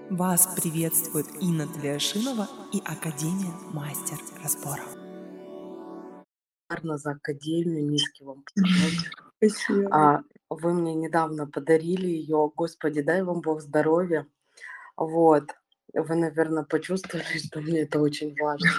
Вас приветствует Инна Тлешинова и Академия Мастер Разборов. За академию, низкий вам поклон. Спасибо. Вы мне недавно подарили ее. Господи, дай вам Бог здоровья. Вот. Вы, наверное, почувствовали, что мне это очень важно.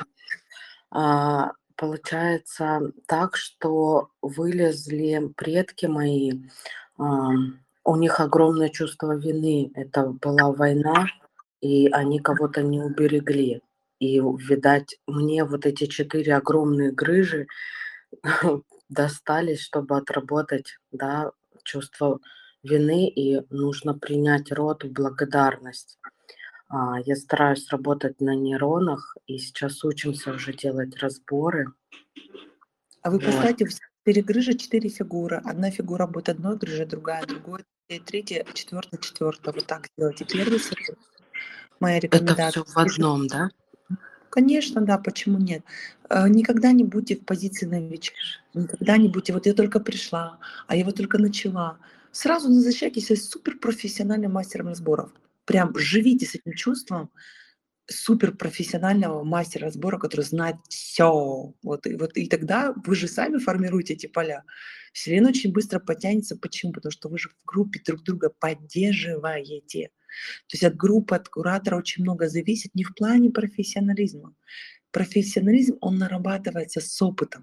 Получается так, что вылезли предки мои. А, у них огромное чувство вины. Это была война, и они кого-то не уберегли. И, видать, мне вот эти 4 огромные грыжи достались, чтобы отработать, да, чувство вины, и нужно принять род в благодарность. Я стараюсь работать на нейронах, и сейчас учимся уже делать разборы. А вы Вот. представьте, в 4 грыжи 4 фигуры. Одна фигура будет одной грыжей, другая другой, третья, четвертая, четвертая. Вот так делайте. Первый слой. Моя Это рекомендация. все в одном, да? Конечно, да, почему нет? Никогда не будьте в позиции новичка. Никогда не будьте, вот я только пришла, а я вот только начала. Сразу назначайтесь суперпрофессиональным мастером разборов. Прям живите с этим чувством суперпрофессионального мастера разбора, который знает все. Вот и тогда вы же сами формируете эти поля. Вселенная очень быстро подтянется. Почему? Потому что вы же в группе друг друга поддерживаете. То есть от группы, от куратора очень много зависит не в плане профессионализма. Профессионализм, он нарабатывается с опытом.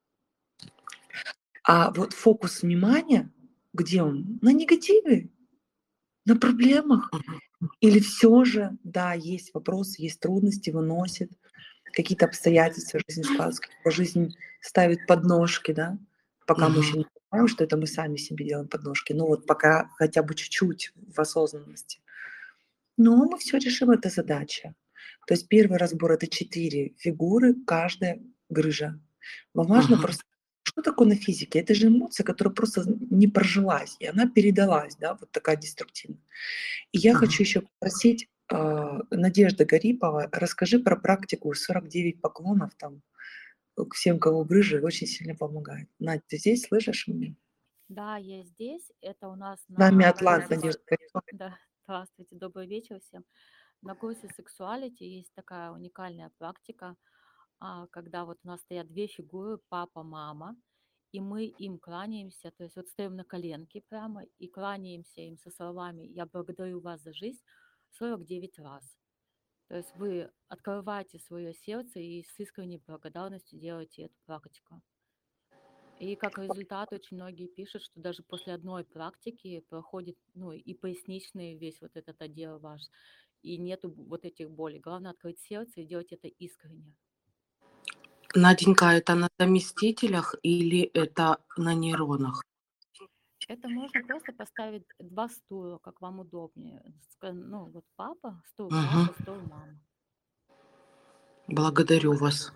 А вот фокус внимания, где он? На негативе, на проблемах. Мгм. Или все же, да, есть вопросы, есть трудности, выносит, какие-то обстоятельства жизни складываются, какие-то жизнь ставит подножки, да, пока мы еще Мгм. не понимаем, что это мы сами себе делаем подножки, ну вот пока хотя бы чуть-чуть в осознанности. Но мы все решим, это задача. То есть первый разбор — это 4 фигуры, каждая грыжа. Вам важно Мгм. просто что такое на физике? Это же эмоция, которая просто не прожилась, и она передалась, да, вот такая деструктивная. И я хочу Мгм. еще попросить, Надежда Гарипова, расскажи про практику 49 поклонов там, к всем, кого грыжи, очень сильно помогает. Надь, ты здесь слышишь меня? Да, я здесь. Это у нас С нами на Атлант, курсе... Надежда Гарипова. Да, здравствуйте, добрый вечер всем. На курсе сексуалити есть такая уникальная практика, когда вот у нас стоят две фигуры, папа, мама, и мы им кланяемся, то есть вот стоим на коленке прямо и кланяемся им со словами «Я благодарю вас за жизнь» 49 раз. То есть вы открываете свое сердце и с искренней благодарностью делаете эту практику. И как результат очень многие пишут, что даже после одной практики проходит, ну, и поясничный весь вот этот отдел ваш, и нету вот этих болей. Главное открыть сердце и делать это искренне. Наденька, это на заместителях или это на нейронах? Это можно просто поставить два стула, как вам удобнее. Ну, вот папа, стул Мгм. папа, стул мама. Благодарю вас.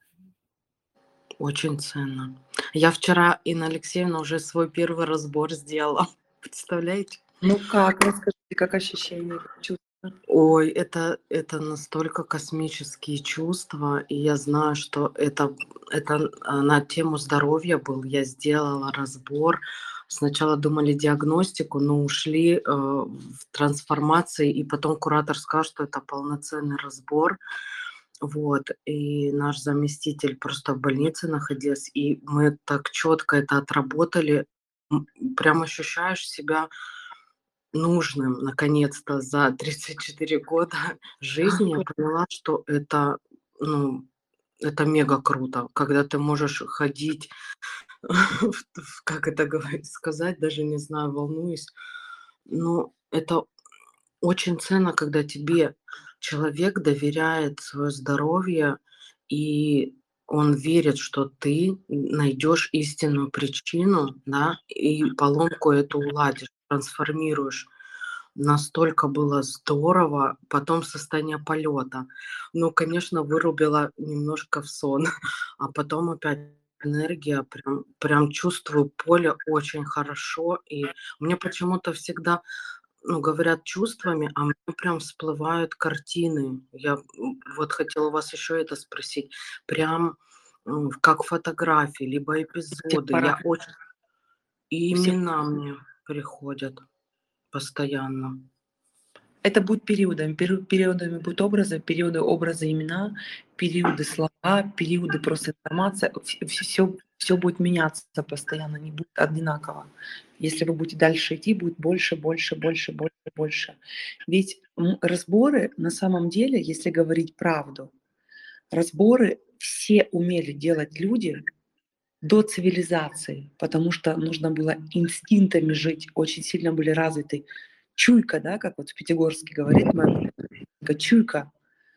Очень ценно. Я вчера, Инна Алексеевна, уже свой первый разбор сделала. Представляете? Ну как, расскажите, как ощущения, как чувства? Ой, это настолько космические чувства, и я знаю, что это на тему здоровья был. Я сделала разбор. Сначала думали диагностику, но ушли в трансформации, и потом куратор сказал, что это полноценный разбор. Вот, и наш заместитель просто в больнице находился, и мы так четко это отработали. М, Прям ощущаешь себя нужным, наконец-то, за 34 года жизни я поняла, что это, ну, это мега круто, когда ты можешь ходить, как это сказать, даже не знаю, волнуюсь. Но это очень ценно, когда тебе человек доверяет свое здоровье, и он верит, что ты найдешь истинную причину, да, и поломку эту уладишь, трансформируешь. Настолько было здорово. Потом состояние полета. Ну, конечно, вырубило немножко в сон, а потом опять энергия. Прям чувствую поле очень хорошо. И мне почему-то всегда, ну, говорят чувствами, а мне прям всплывают картины. Я, вот хотела вас еще это спросить. Прям, как фотографии, либо Всех эпизоды. пора. Я очень и У всех имена мне приходят постоянно. Это будет периодами. Периодами будут образы, периоды образа имена, периоды слова, периоды просто информация. Все будет меняться постоянно, не будет одинаково. Если вы будете дальше идти, будет больше, больше, больше, больше, больше. Ведь разборы на самом деле, если говорить правду, разборы все умели делать люди до цивилизации, потому что нужно было инстинктами жить, очень сильно были развиты. Чуйка, да, как вот в Пятигорске говорит моя бабушка, чуйка.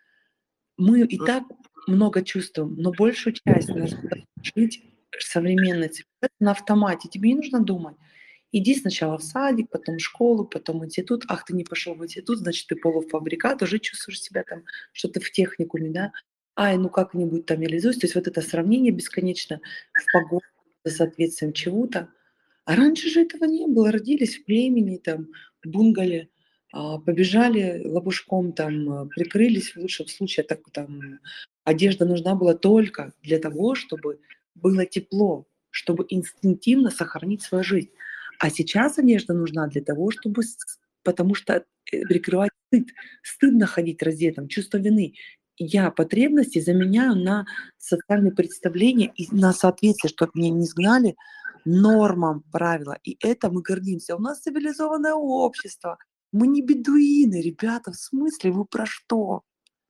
Мы и так много чувствуем, но большую часть нас жить современной цивилизации на автомате. Тебе не нужно думать. Иди сначала в садик, потом в школу, потом в институт. Ах, ты не пошел в институт, значит, ты полуфабрикат, уже чувствуешь себя там, что ты в техникуме, да? Ай, ну как-нибудь там реализуюсь. То есть вот это сравнение бесконечно в погоде за соответствием чего-то. А раньше же этого не было. Родились в племени, там, в бунгало, побежали лопушком, там, прикрылись в лучшем случае. Так, там, одежда нужна была только для того, чтобы было тепло, чтобы инстинктивно сохранить свою жизнь. А сейчас одежда нужна для того, чтобы, потому что прикрывать стыд. Стыдно ходить раздетым, чувство вины. Я потребности заменяю на социальные представления и на соответствие, чтобы меня не сгнали нормам, правила. И это мы гордимся. У нас цивилизованное общество. Мы не бедуины, ребята. В смысле, вы про что?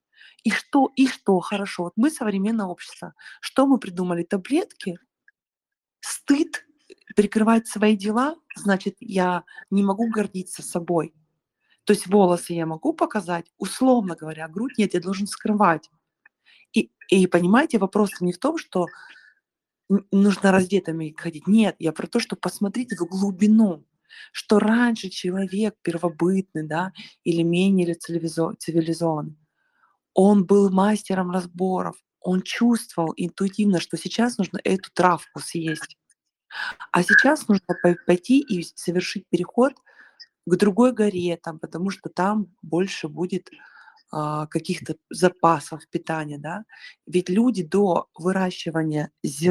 И что, хорошо. Вот мы современное общество. Что мы придумали? Таблетки? Стыд? Прикрывать свои дела? Значит, я не могу гордиться собой. То есть волосы я могу показать, условно говоря, а грудь нет, я должен скрывать. И понимаете, вопрос не в том, что нужно раздетыми ходить. Нет, я про то, что посмотрите в глубину, что раньше человек первобытный, да, или менее цивилизованный, он был мастером разборов, он чувствовал интуитивно, что сейчас нужно эту травку съесть, а сейчас нужно пойти и совершить переход к другой горе, там, потому что там больше будет каких-то запасов питания, да. Ведь люди до выращивания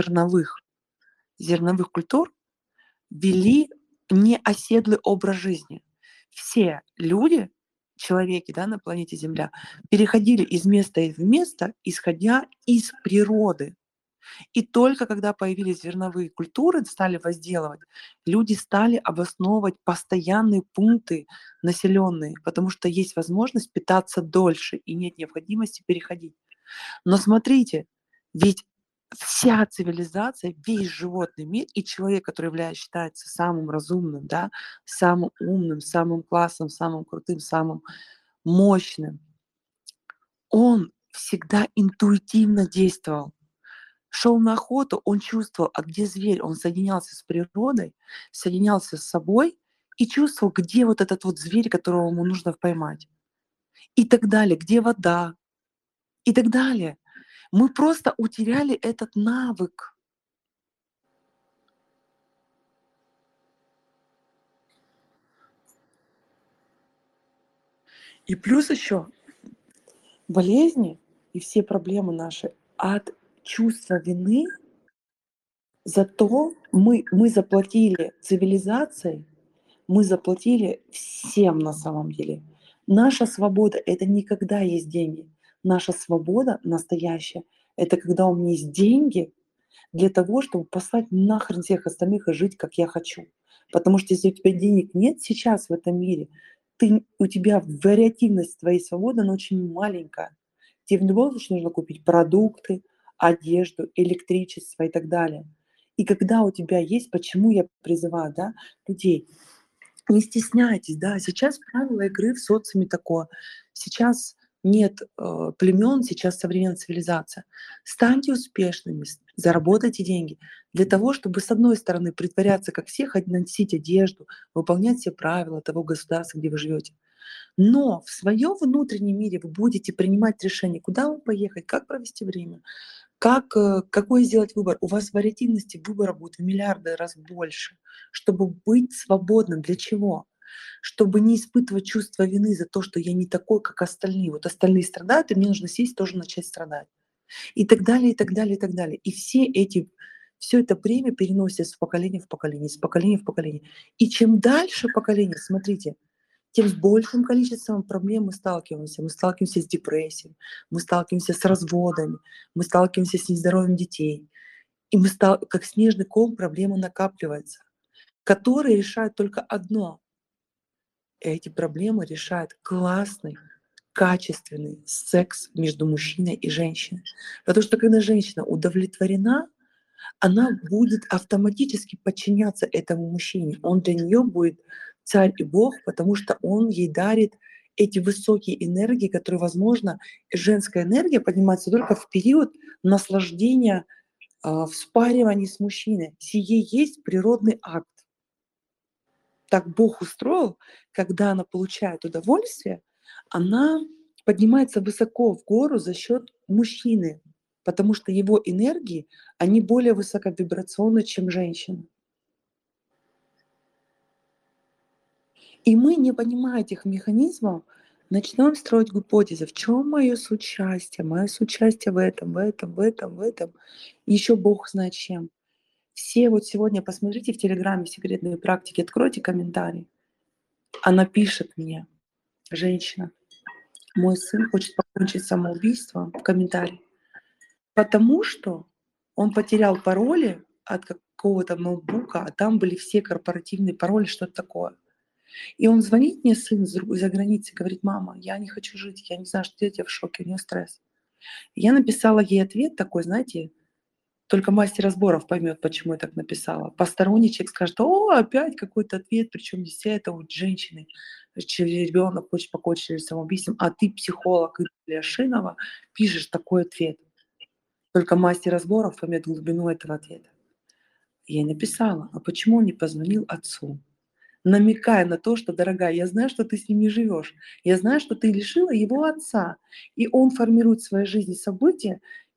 зерновых культур вели неоседлый образ жизни. Все люди, человеки, да, на планете Земля, переходили из места в место, исходя из природы. И только когда появились зерновые культуры, стали возделывать, люди стали обосновывать постоянные пункты населенные, потому что есть возможность питаться дольше и нет необходимости переходить. Но смотрите, ведь вся цивилизация, весь животный мир и человек, который считается самым разумным, да, самым умным, самым классным, самым крутым, самым мощным, он всегда интуитивно действовал. Шел на охоту, он чувствовал, а где зверь, он соединялся с природой, соединялся с собой и чувствовал, где вот этот вот зверь, которого ему нужно поймать. И так далее, где вода, и так далее. Мы просто утеряли этот навык. И плюс еще болезни и все проблемы наши от чувства вины за то, мы заплатили цивилизацией, мы заплатили всем на самом деле. Наша свобода — это не когда есть деньги. Наша свобода настоящая — это когда у меня есть деньги для того, чтобы послать нахрен всех остальных и жить, как я хочу. Потому что если у тебя денег нет сейчас в этом мире, у тебя вариативность твоей свободы, она очень маленькая. Тебе в любом случае нужно купить продукты, одежду, электричество и так далее. И когда у тебя есть, почему я призываю, да, людей, не стесняйтесь, да, сейчас правила игры в социуме такое. Сейчас нет племен, сейчас современная цивилизация. Станьте успешными, заработайте деньги для того, чтобы, с одной стороны, притворяться как всех, носить одежду, выполнять все правила того государства, где вы живете. Но в своем внутреннем мире вы будете принимать решение, куда вам поехать, как провести время, какой сделать выбор. У вас вариативности выбора будет в миллиарды раз больше, чтобы быть свободным. Для чего? Чтобы не испытывать чувство вины за то, что я не такой, как остальные. Вот остальные страдают, и мне нужно сесть тоже начать страдать. И так далее, и так далее, и так далее. И все это бремя переносится с поколения в поколение, с поколения в поколение. И чем дальше поколение, смотрите, тем с большим количеством проблем мы сталкиваемся. Мы сталкиваемся с депрессией, мы сталкиваемся с разводами, мы сталкиваемся с нездоровьем детей. И как снежный ком проблема накапливается, которые решают только одно. Эти проблемы решает классный, качественный секс между мужчиной и женщиной. Потому что когда женщина удовлетворена, она будет автоматически подчиняться этому мужчине. Он для нее будет царь и бог, потому что он ей дарит эти высокие энергии, которые, возможно, женская энергия поднимается только в период наслаждения в спаривании с мужчиной. Сие есть природный акт. Так Бог устроил, когда она получает удовольствие, она поднимается высоко в гору за счет мужчины, потому что его энергии, они более высоковибрационны, чем женщины. И мы, не понимая этих механизмов, начинаем строить гипотезы, в чем мое соучастие в этом. Еще Бог знает чем. Все вот сегодня посмотрите в Телеграме секретные практики, откройте комментарий. Она пишет мне, женщина, мой сын хочет покончить самоубийством, в комментарии, потому что он потерял пароли от какого-то ноутбука, а там были все корпоративные пароли, что-то такое. И он звонит мне, сын из-за границы, говорит, мама, я не хочу жить, я не знаю, что делать, я в шоке, у него стресс. Я написала ей ответ такой, знаете, только мастер разборов поймет, почему я так написала. Посторонний человек скажет, о, опять какой-то ответ, причем не все это вот женщины, чей ребенок хочет покончить самоубийством, а ты, психолог Игоря Шинова, пишешь такой ответ. Только мастер разборов поймет глубину этого ответа. Я написала, а почему он не позвонил отцу? Намекая на то, что, дорогая, я знаю, что ты с ним не живешь, я знаю, что ты лишила его отца, и он формирует в своей жизни события,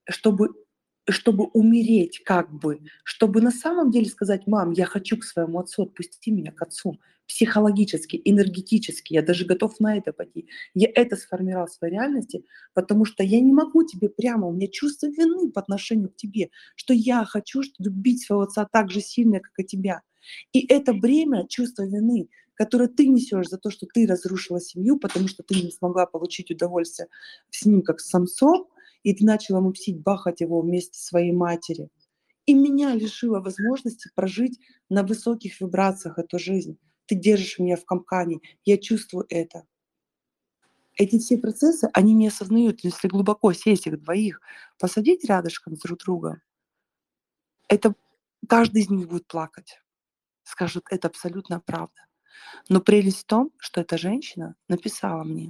чтобы умереть как бы, чтобы на самом деле сказать, мам, я хочу к своему отцу, отпусти меня к отцу. Психологически, энергетически, я даже готов на это пойти. Я это сформировал в своей реальности, потому что я не могу тебе прямо, у меня чувство вины по отношению к тебе, что я хочу любить своего отца так же сильно, как и тебя. И это бремя, чувство вины, которое ты несешь за то, что ты разрушила семью, потому что ты не смогла получить удовольствие с ним как с самцом, и ты начала мстить, бахать его вместе своей матери. И меня лишило возможности прожить на высоких вибрациях эту жизнь. Ты держишь меня в капкане, я чувствую это. Эти все процессы, они не осознают, если глубоко сесть их двоих, посадить рядышком друг друга, это каждый из них будет плакать. Скажут, это абсолютно правда. Но прелесть в том, что эта женщина написала мне,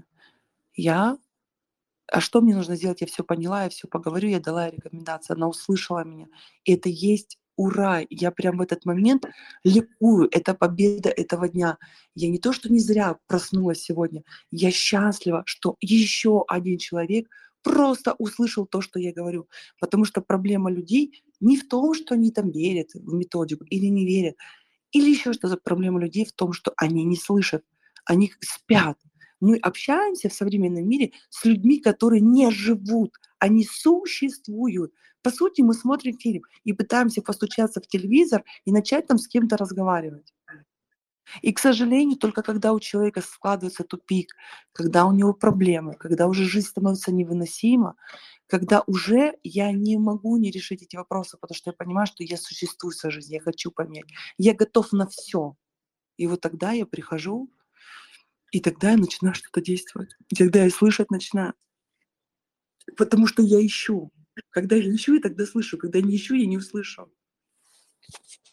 а что мне нужно сделать? Я все поняла, я все поговорю, я дала ей рекомендации, она услышала меня. И это есть ура! Я прям в этот момент ликую. Это победа этого дня. Я не то, что не зря проснулась сегодня, я счастлива, что еще один человек просто услышал то, что я говорю. Потому что проблема людей не в том, что они там верят в методику или не верят, или еще что-то. Проблема людей в том, что они не слышат, они спят. Мы общаемся в современном мире с людьми, которые не живут, они существуют. По сути, мы смотрим фильм и пытаемся постучаться в телевизор и начать там с кем-то разговаривать. И, к сожалению, только когда у человека складывается тупик, когда у него проблемы, когда уже жизнь становится невыносима, когда уже я не могу не решить эти вопросы, потому что я понимаю, что я существую в своей жизни, я хочу поменять, я готов на все. И вот тогда я прихожу, и тогда я начинаю что-то действовать. И тогда я слышать начинаю. Потому что я ищу. Когда я ищу, я тогда слышу. Когда не ищу, я не услышу.